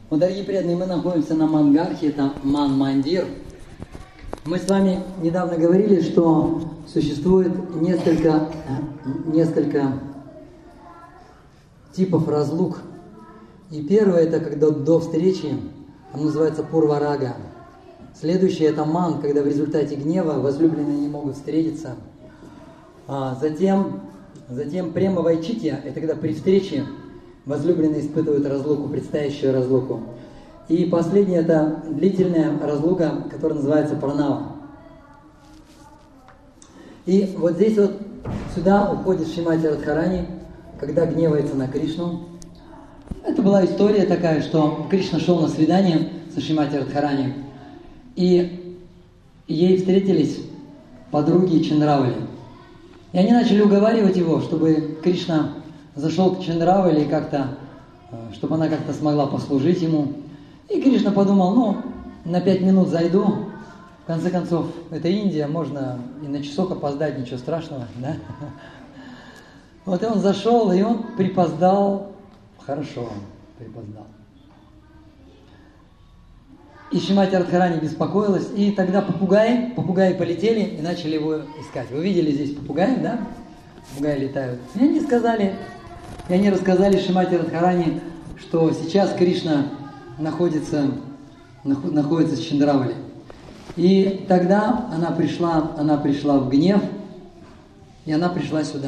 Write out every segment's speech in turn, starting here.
Вот, дорогие преданные, мы находимся на Мангархе, это Ман-Мандир. Мы с вами недавно говорили, что существует несколько типов разлук. И первое, это когда до встречи, оно называется Пурварага. Следующее, это Ман, когда в результате гнева возлюбленные не могут встретиться. Затем Према Вайчитья, это когда при встрече возлюбленные испытывают разлуку, предстоящую разлуку. И последнее, это длительная разлука, которая называется Пранава. И вот здесь вот сюда уходит Шримати Радхарани, когда гневается на Кришну. Это была история такая, что Кришна шел на свидание со Шримати Радхарани, и ей встретились подруги Чандравали. И они начали уговаривать его, чтобы Кришна зашел к Чандравали, чтобы она как-то смогла послужить ему. И Кришна подумал, на 5 минут зайду. В конце концов, это Индия, можно и на часок опоздать, ничего страшного, да? Вот и он зашел, и он припоздал, хорошо припоздал. И Шримати Радхарани беспокоилась, и тогда попугаи полетели и начали его искать. Вы видели здесь попугаев, да? Попугаи летают. И они рассказали Шримати Радхарани, что сейчас Кришна находится с Чандравали. И тогда она пришла в гнев, и она пришла сюда.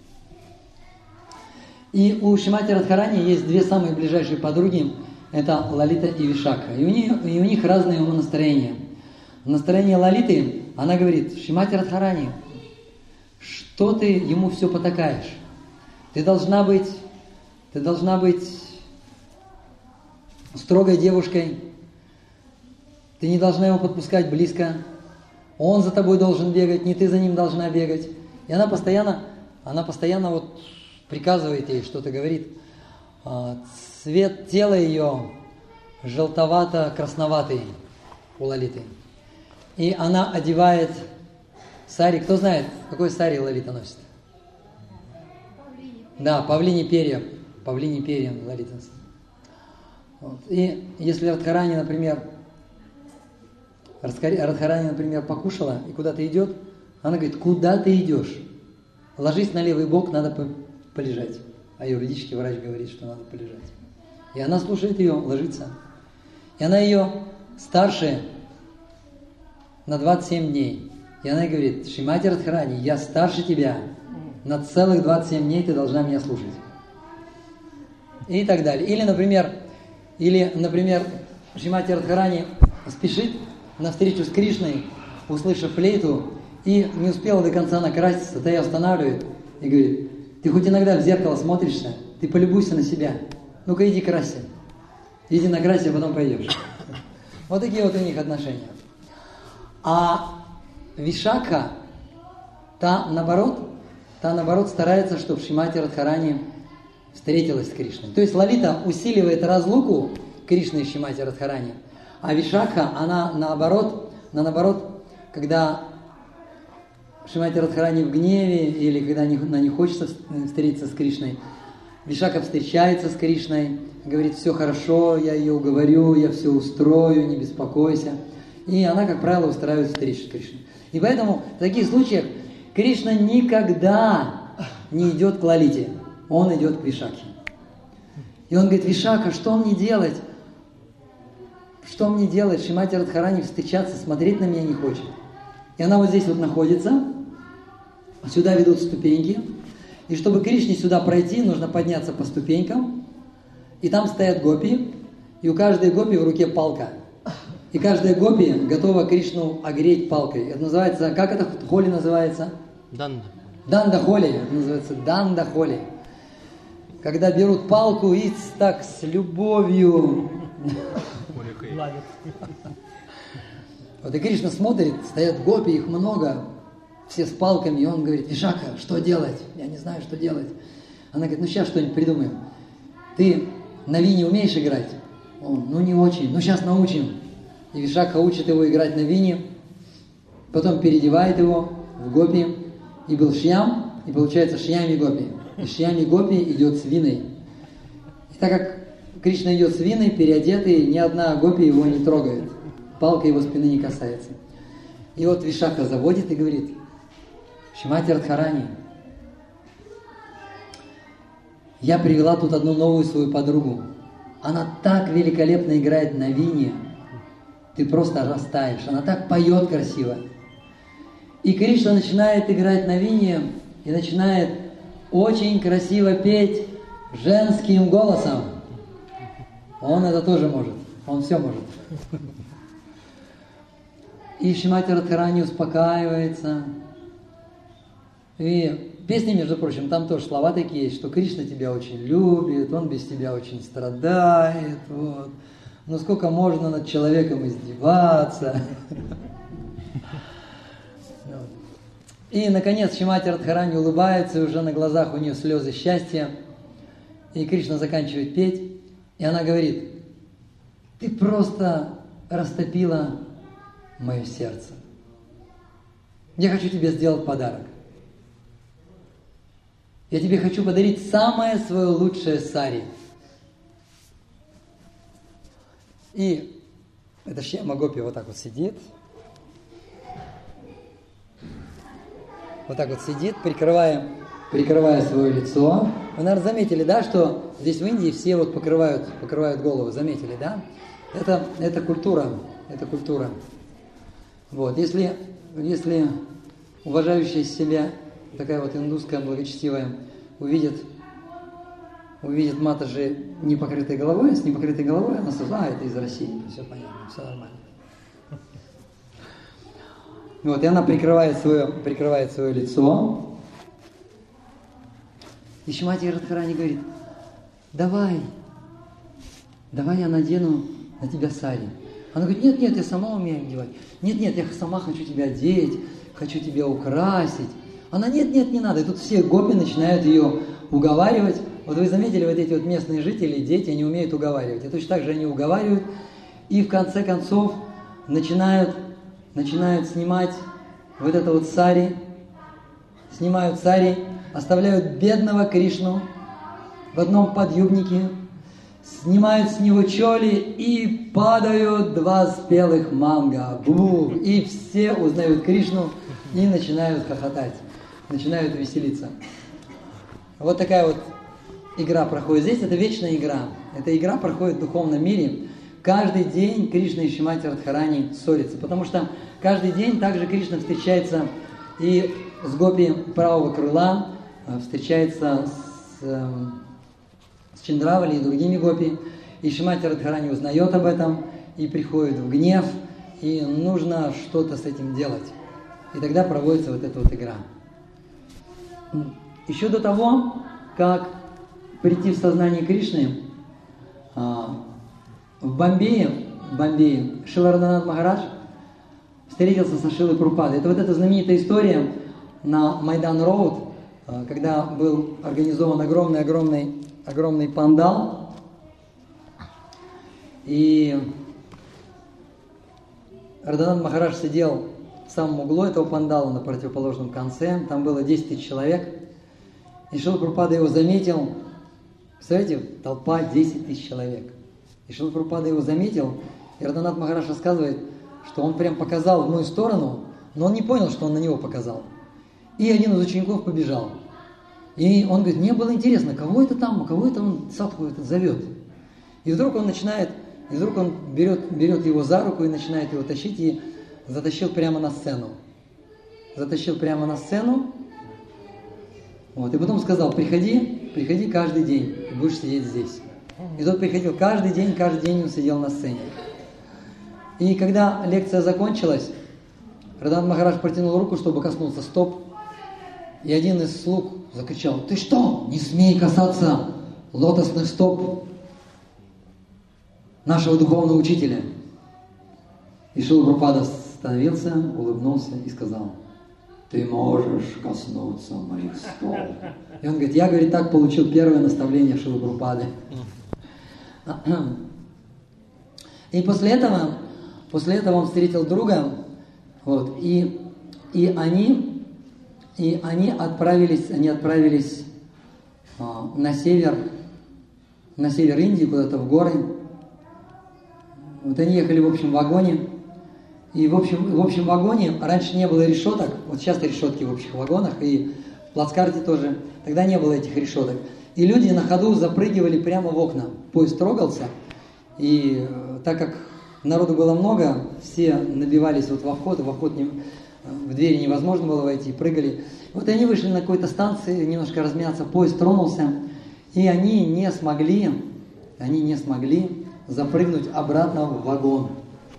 И у Шримати Радхарани есть 2 самые ближайшие подруги, это Лалита и Вишакха. И у них разные умонастроения. Настроение Лалиты, она говорит: Шримати Радхарани, что ты ему все потакаешь? Ты должна быть строгой девушкой, ты не должна его подпускать близко, он за тобой должен бегать, не ты за ним должна бегать. И она постоянно вот приказывает ей, что-то говорит. Цвет тела ее желтовато-красноватый у Лалиты. И она одевает сари. Кто знает, какой сари Лалита носит? Да, павлини перья Лалита носит. Вот. И если Радхарани, например, покушала и куда-то идет, она говорит: куда ты идешь? Ложись на левый бок, надо полежать. А юридический врач говорит, что надо полежать. И она слушает ее, ложится. И она ее старше на 27 дней. И она говорит: Шримати Радхарани, я старше тебя. На целых 27 дней ты должна меня слушать. И так далее. Или, например, Шримати Радхарани спешит на встречу с Кришной, услышав флейту, и не успела до конца накраситься, то ее останавливает и говорит: ты хоть иногда в зеркало смотришься, ты полюбуйся на себя. Ну-ка иди красься. Иди накрасься, а потом пойдешь. Вот такие вот у них отношения. А Вишакха, та наоборот старается, чтобы Шримати Радхарани встретилась с Кришной. То есть Лалита усиливает разлуку Кришны и Шримати Радхарани, а Вишакха, она наоборот, когда Шримати Радхарани в гневе или когда она не хочет встретиться с Кришной, Вишакха встречается с Кришной, говорит: все хорошо, я ее уговорю, я все устрою, не беспокойся. И она, как правило, устраивает встречу с Кришной. И поэтому в таких случаях Кришна никогда не идет к Лалите, он идет к Вишакхе. И он говорит: Вишакха, что мне делать? Что мне делать? Шримати Радхарани встречаться, смотреть на меня не хочет. И она вот здесь вот находится, сюда ведут ступеньки. И чтобы Кришне сюда пройти, нужно подняться по ступенькам. И там стоят гопи, и у каждой гопи в руке палка. И каждая гопи готова Кришну огреть палкой. Это называется, как это холи называется? Данда холи. Это называется данда холи. Когда берут палку и так с любовью... Вот и Кришна смотрит, стоят гопи, их много, все с палками, и он говорит: Вишакха, что делать? Я не знаю, что делать. Она говорит: сейчас что-нибудь придумаем. Ты на вине умеешь играть? Он: не очень, сейчас научим. И Вишакха учит его играть на вине, потом переодевает его в гопи, и был шьям, и получается шьями гопи. И шьями гопи идет с виной. И так как Кришна идет с виной, переодетый, ни одна гопи его не трогает. Палка его спины не касается. И вот Вишака заводит и говорит: Шримати Радхарани, я привела тут одну новую свою подругу. Она так великолепно играет на вине, ты просто растаешь. Она так поет красиво. И Кришна начинает играть на вине и начинает очень красиво петь женским голосом. Он это тоже может. Он все может. И Шримати Радхарани успокаивается. И песни, между прочим, там тоже слова такие есть, что Кришна тебя очень любит, он без тебя очень страдает. Вот. Но сколько можно над человеком издеваться. И, наконец, Шримати Радхарани улыбается, и уже на глазах у нее слезы счастья. И Кришна заканчивает петь, и она говорит: ты просто растопила мое сердце. Я хочу тебе сделать подарок. Я тебе хочу подарить самое свое лучшее сари. И эта Шьяма Гопи вот так вот сидит. Вот так вот сидит, прикрывая свое лицо. Вы, наверное, заметили, да, что здесь в Индии все вот покрывают голову. Заметили, да? Это культура. Вот. Если уважающая себя такая вот индусская благочестивая увидит Матаджи не покрытой головой, с непокрытой головой, она сразу: это из России, все понятно, все нормально. Вот, и она прикрывает свое лицо. И Шримати Радхарани говорит: давай я надену на тебя сари. Она говорит: нет, я сама умею одевать. Нет, я сама хочу тебя одеть, хочу тебя украсить. Она: нет, не надо. И тут все гопи начинают ее уговаривать. Вот вы заметили, вот эти вот местные жители, дети, они умеют уговаривать. И точно так же они уговаривают. И в конце концов начинают снимать вот это вот сари. Снимают сари, оставляют бедного Кришну в одном подъюбнике, снимают с него чоли и падают 2 спелых манго. Бу! И все узнают Кришну и начинают хохотать, начинают веселиться. Вот такая вот игра проходит здесь. Это вечная игра. Эта игра проходит в духовном мире. Каждый день Кришна и Шримати Радхарани ссорятся, потому что каждый день также Кришна встречается и с гопи правого крыла, встречается с Чандравали и другими гопи. И Шримати Радхарани узнает об этом и приходит в гнев, и нужно что-то с этим делать. И тогда проводится вот эта вот игра. Еще до того, как прийти в сознание Кришны, в Бомбее Шрила Радханат Махарадж встретился со Шрилой Прабхупадой. Это вот эта знаменитая история на Майдан-Роуд, когда был организован огромный пандал. И Радханат Махарадж сидел в самом углу этого пандала, на противоположном конце. Там было 10 000 человек. И Шрила Прабхупада его заметил. Представляете, толпа 10 000 человек. И Шрила Прабхупада его заметил, и Радханат Махарадж рассказывает, что он прям показал в мою сторону, но он не понял, что он на него показал. И один из учеников побежал. И он говорит: мне было интересно, кого это он садху этот зовет. И вдруг он берет его за руку и начинает его тащить, и затащил прямо на сцену. Вот, и потом сказал: приходи каждый день, и будешь сидеть здесь. И тот приходил каждый день он сидел на сцене. И когда лекция закончилась, Радханат Махарадж протянул руку, чтобы коснуться стоп. И один из слуг закричал: ты что, не смей касаться лотосных стоп нашего духовного учителя. И Шрила Прабхупада остановился, улыбнулся и сказал: ты можешь коснуться моих стоп. И он говорит: я, говорит, так получил первое наставление Шрилы Прабхупады. И после этого он встретил друга, вот, и они отправились на север на север Индии, куда-то в горы. Вот они ехали в общем вагоне. И в общем вагоне раньше не было решеток. Вот сейчас решетки в общих вагонах, и в плацкарте тоже. Тогда не было этих решеток. И люди на ходу запрыгивали прямо в окна. Поезд трогался, и так как народу было много, все набивались вот во вход в двери невозможно было войти, прыгали. Вот они вышли на какой-то станции, немножко размяться, поезд тронулся, и они не смогли запрыгнуть обратно в вагон,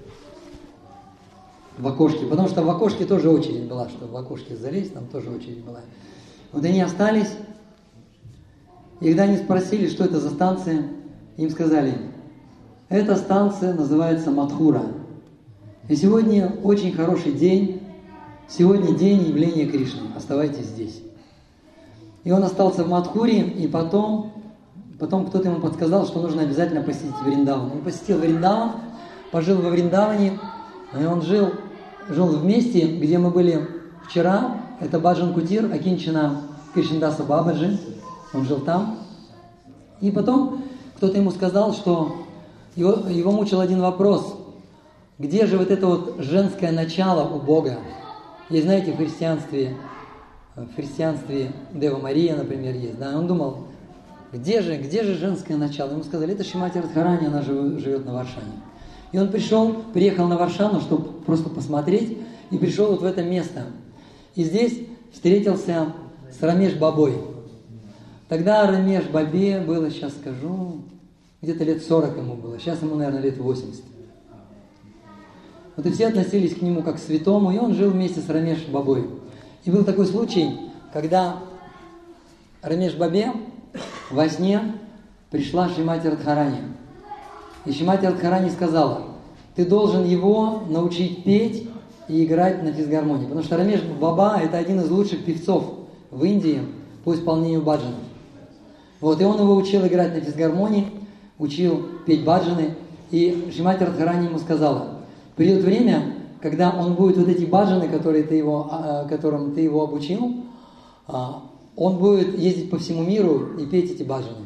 в окошке, потому что в окошке тоже очередь была, чтобы в окошке залезть, там тоже очередь была. Вот они остались, и когда они спросили, что это за станция, им сказали: эта станция называется Мадхура. И сегодня очень хороший день, сегодня день явления Кришны, оставайтесь здесь. И он остался в Мадхуре, и потом кто-то ему подсказал, что нужно обязательно посетить Вриндаван. Он посетил Вриндаван, пожил во Вриндаване, и он жил в месте, где мы были вчера. Это Баджан Кутир, окинчина Кришнадаса Бабаджи. Он жил там. И потом кто-то ему сказал, что его мучил один вопрос. Где же вот это вот женское начало у Бога? Есть, знаете, в христианстве Дева Мария, например, есть. Да? Он думал, где же женское начало? Ему сказали, это Шримати Радхарани, она живет на Варшане. И он приехал на Варшану, чтобы просто посмотреть, и пришел вот в это место. И здесь встретился с Рамеш Бабой. Тогда Рамеш Бабе было, сейчас скажу, где-то лет 40 ему было. Сейчас ему, наверное, лет 80. Вот и все относились к нему как к святому, и он жил вместе с Рамеш Бабой. И был такой случай, когда Рамеш Бабе во сне пришла Шримати Радхарани. И Шримати Радхарани сказала: ты должен его научить петь и играть на физгармонии. Потому что Рамеш Баба – это один из лучших певцов в Индии по исполнению баджанов. Вот, и он его учил играть на физгармонии, учил петь баджаны. И Шримати Радхарани ему сказала: придет время, когда он будет вот эти баджаны, которым ты его обучил, он будет ездить по всему миру и петь эти баджаны.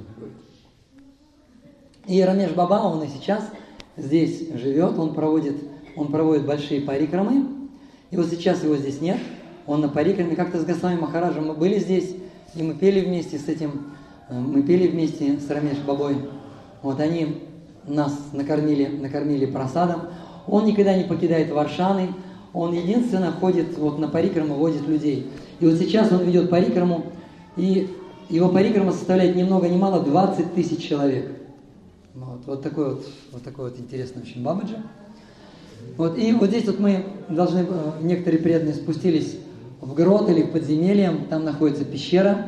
И Рамеш Баба, он и сейчас здесь живет, он проводит большие парикрамы. И вот сейчас его здесь нет, он на парикраме. Как-то с Госвами Махараджем мы были здесь, и мы пели вместе с Рамеш Бабой. Вот они нас накормили прасадом. Он никогда не покидает Варшаны, он единственно ходит вот на парикраму, водит людей. И вот сейчас он ведет парикраму, и его парикрама составляет ни много ни мало 20 тысяч человек. Вот такой вот интересный очень Бабаджи. Вот, и вот здесь вот мы должны, некоторые преданные спустились в грот или в подземелье, там находится пещера.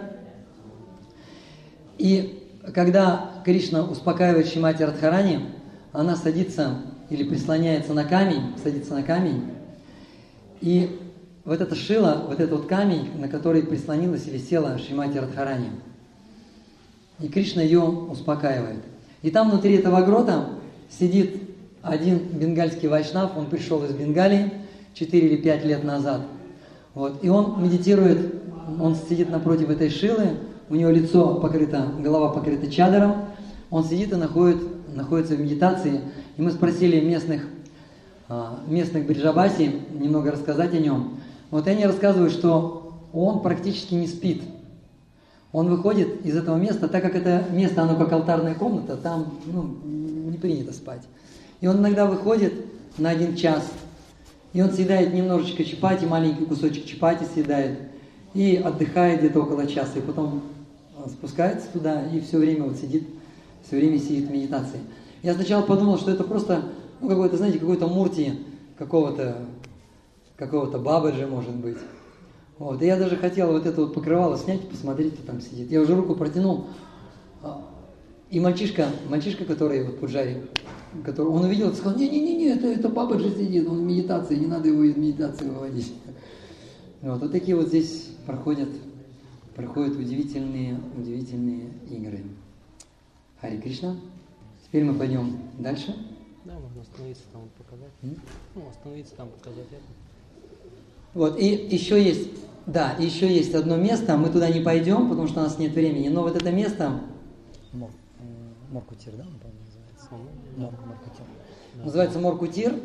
И когда Кришна успокаивает Шримати Радхарани, она садится или прислоняется на камень, садится на камень, и вот это шило, вот этот вот камень, на который прислонилась или села Шримати Радхарани. И Кришна ее успокаивает. И там внутри этого грота сидит один бенгальский вайшнав, он пришел из Бенгалии 4 или 5 лет назад. Вот. И он медитирует, он сидит напротив этой шилы, у него голова покрыта чадаром, он сидит и находится в медитации. И мы спросили местных бриджабаси немного рассказать о нем. Вот они рассказывают, что он практически не спит. Он выходит из этого места, так как это место, оно как алтарная комната, там не принято спать. И он иногда выходит на 1 час, и он съедает немножечко чапати, маленький кусочек чапати съедает, и отдыхает где-то около часа, и потом спускается туда, и все время сидит в медитации. Я сначала подумал, что это просто, какой-то мурти, какого-то бабаджи, может быть. Вот. И я даже хотел вот это вот покрывало снять и посмотреть, кто там сидит. Я уже руку протянул, и мальчишка, который вот пуджари, он увидел и сказал: не, это бабаджи сидит, он в медитации, не надо его из медитации выводить. Вот такие вот здесь проходят удивительные игры. Хари Кришна. Теперь мы пойдем дальше. Да, можно остановиться там показать. Остановиться там показать это. Вот, и еще есть одно место, мы туда не пойдем, потому что у нас нет времени, но вот это место, Моркутир, да, он, по-моему, называется? Моркутир. Да. Называется Моркутир.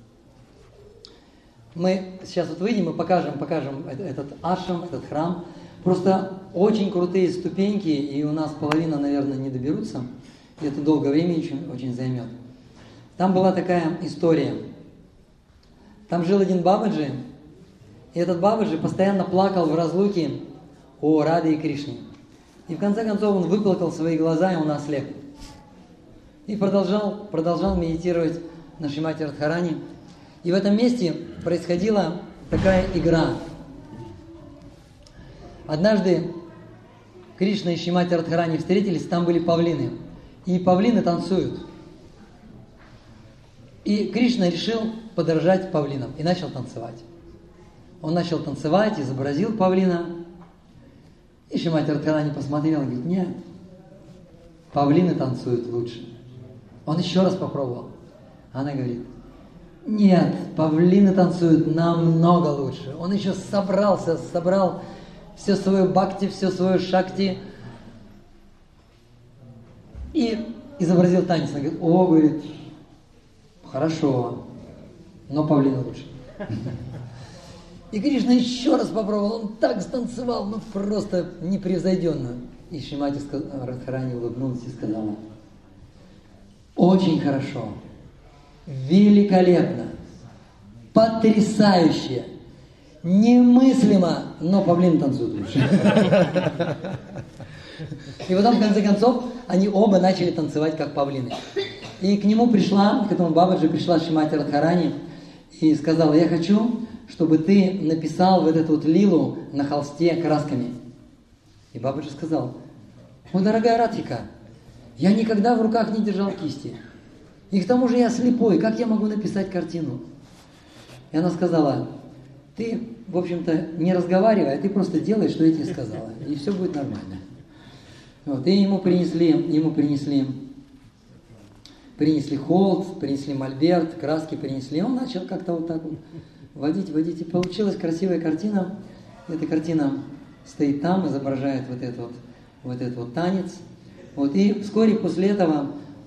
Мы сейчас вот выйдем и покажем этот ашрам, этот храм. Просто очень крутые ступеньки, и у нас половина, наверное, не доберутся. И это долгое время очень займет. Там была такая история. Там жил один Бабаджи, и этот Бабаджи постоянно плакал в разлуке о Раде и Кришне. И в конце концов он выплакал свои глаза, и он ослеп. И продолжал медитировать на Шримати Радхарани. И в этом месте происходила такая игра. Однажды Кришна и Шримати Радхарани встретились, там были павлины. И павлины танцуют. И Кришна решил подражать павлинам и начал танцевать. Он начал танцевать, изобразил павлина. И Шримати Радхарани посмотрел и говорит: нет, павлины танцуют лучше. Он еще раз попробовал. Она говорит: нет, павлины танцуют намного лучше. Он еще собрал все свое бхакти, все свое шакти и изобразил танец. Он говорит: о, говорит, хорошо, но павлины лучше. И Кришна еще раз попробовал, он так станцевал, ну просто непревзойденно. И Шримати Радхарани улыбнулась и сказала: очень хорошо, великолепно, потрясающе, немыслимо, но павлин танцует лучше. И потом, в конце концов, они оба начали танцевать как павлины. И к этому Бабаджи пришла Шримати Радхарани и сказала: я хочу, чтобы ты написал вот эту вот лилу на холсте красками. И Бабаджи сказал: о, дорогая Радхика, я никогда в руках не держал кисти. И к тому же я слепой, как я могу написать картину? И она сказала: ты, в общем-то, не разговаривай, а ты просто делай, что я тебе сказала, и все будет нормально. Вот, и ему принесли холст, принесли мольберт, краски принесли. Он начал как-то вот так вот водить, и получилась красивая картина. Эта картина стоит там, изображает вот этот вот танец. Вот, и вскоре после этого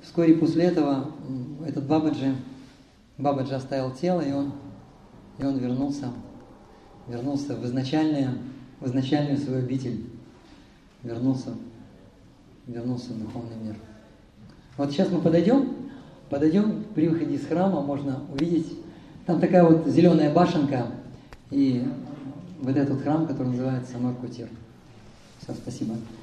этот Бабаджи оставил тело, и он вернулся в изначальную свою обитель, вернулся в духовный мир. Вот сейчас мы подойдем при выходе из храма, можно увидеть, там такая вот зеленая башенка, и вот этот храм, который называется Моркутир. Все, спасибо.